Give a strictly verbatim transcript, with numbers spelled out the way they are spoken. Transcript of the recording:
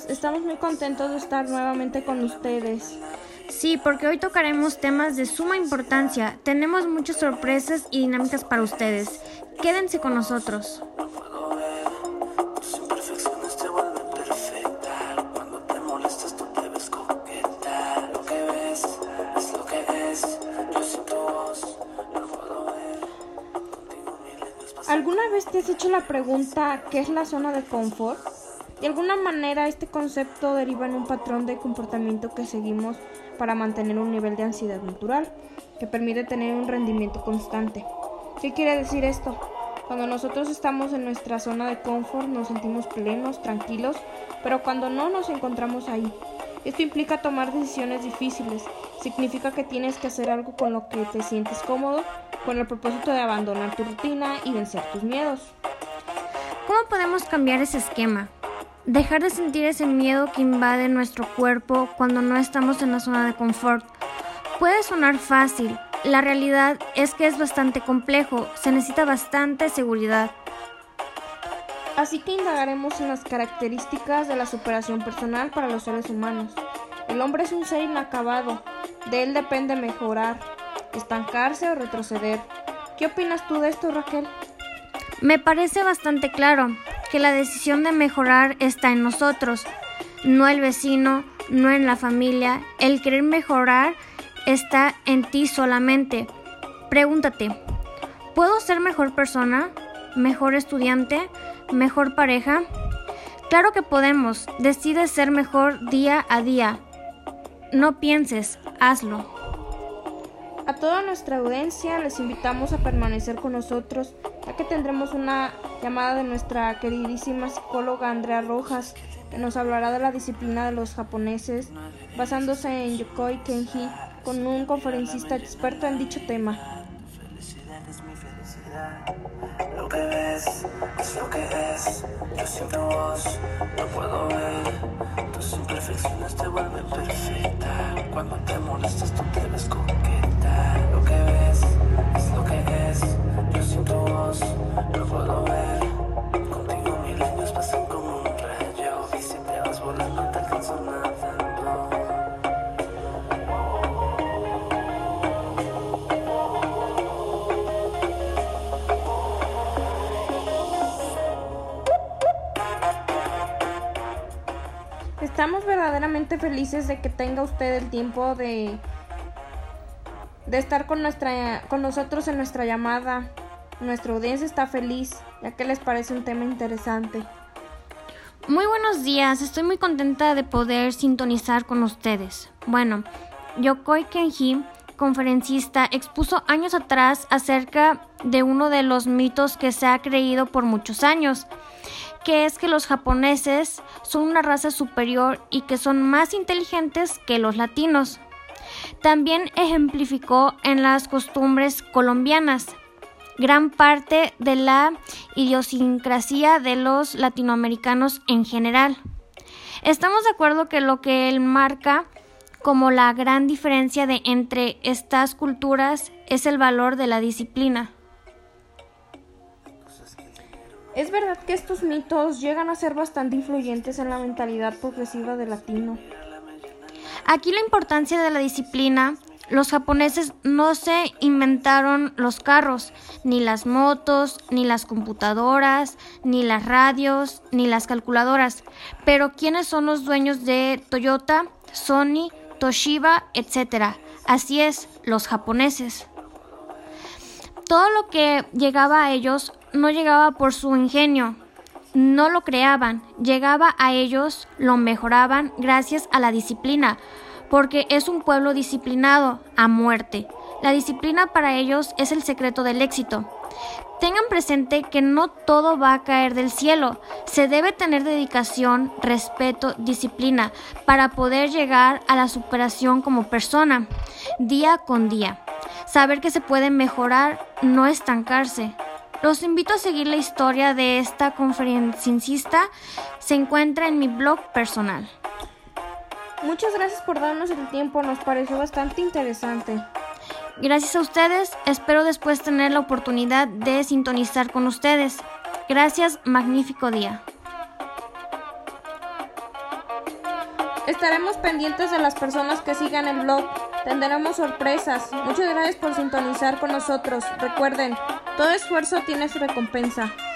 días. Estamos muy contentos de estar nuevamente con ustedes. Sí, porque hoy tocaremos temas de suma importancia. Tenemos muchas sorpresas y dinámicas para ustedes. Quédense con nosotros. ¿Alguna vez te has hecho la pregunta ¿qué es la zona de confort? De alguna manera este concepto deriva en un patrón de comportamiento que seguimos para mantener un nivel de ansiedad natural que permite tener un rendimiento constante. ¿Qué quiere decir esto? Cuando nosotros estamos en nuestra zona de confort nos sentimos plenos, tranquilos, pero cuando no nos encontramos ahí. Esto implica tomar decisiones difíciles. Significa que tienes que hacer algo con lo que te sientes cómodo, con el propósito de abandonar tu rutina y vencer tus miedos. ¿Cómo podemos cambiar ese esquema? Dejar de sentir ese miedo que invade nuestro cuerpo cuando no estamos en la zona de confort. Puede sonar fácil. La realidad es que es bastante complejo. Se necesita bastante seguridad. Así que indagaremos en las características de la superación personal para los seres humanos. El hombre es un ser inacabado. De él depende mejorar, estancarse o retroceder. ¿Qué opinas tú de esto, Raquel? Me parece bastante claro que la decisión de mejorar está en nosotros, no el vecino, no en la familia. El querer mejorar está en ti solamente. Pregúntate, ¿puedo ser mejor persona? ¿Mejor estudiante? ¿Mejor pareja? Claro que podemos. Decide ser mejor día a día. No pienses, hazlo. A toda nuestra audiencia les invitamos a permanecer con nosotros, ya que tendremos una llamada de nuestra queridísima psicóloga Andrea Rojas, que nos hablará de la disciplina de los japoneses, basándose en Yokoi Kenji, con un conferencista experto en dicho tema. Lo que ves es lo que es. Yo siempre vos no puedo ver. Tus imperfecciones te vuelven perfecta. Cuando te molestas tú te ves coqueta. Lo que ves es lo que es. Yo siento vos no puedo ver. Contigo mil años pasan como un rayo. Y si te vas volando te alcanzo nadando. Estamos verdaderamente felices de que tenga usted el tiempo de, de estar con, nuestra, con nosotros en nuestra llamada. Nuestra audiencia está feliz, ya que les parece un tema interesante. Muy buenos días, estoy muy contenta de poder sintonizar con ustedes. Bueno, Yokoi Kenji, conferencista, expuso años atrás acerca de uno de los mitos que se ha creído por muchos años, que es que los japoneses son una raza superior y que son más inteligentes que los latinos. También ejemplificó en las costumbres colombianas, gran parte de la idiosincrasia de los latinoamericanos en general. Estamos de acuerdo que lo que él marca como la gran diferencia de entre estas culturas es el valor de la disciplina. Es verdad que estos mitos llegan a ser bastante influyentes en la mentalidad progresiva del latino. Aquí la importancia de la disciplina. Los japoneses no se inventaron los carros, ni las motos, ni las computadoras, ni las radios, ni las calculadoras. Pero ¿quiénes son los dueños de Toyota, Sony, Toshiba, etcétera? Así es, los japoneses. Todo lo que llegaba a ellos no llegaba por su ingenio, no lo creaban, llegaba a ellos, lo mejoraban gracias a la disciplina, porque es un pueblo disciplinado a muerte. La disciplina para ellos es el secreto del éxito. Tengan presente que no todo va a caer del cielo. Se debe tener dedicación, respeto, disciplina para poder llegar a la superación como persona, día con día. Saber que se puede mejorar, no estancarse. Los invito a seguir la historia de esta conferencista. Se encuentra en mi blog personal. Muchas gracias por darnos el tiempo, nos pareció bastante interesante. Gracias a ustedes, espero después tener la oportunidad de sintonizar con ustedes. Gracias, magnífico día. Estaremos pendientes de las personas que sigan el blog. Tendremos sorpresas. Muchas gracias por sintonizar con nosotros. Recuerden, todo esfuerzo tiene su recompensa.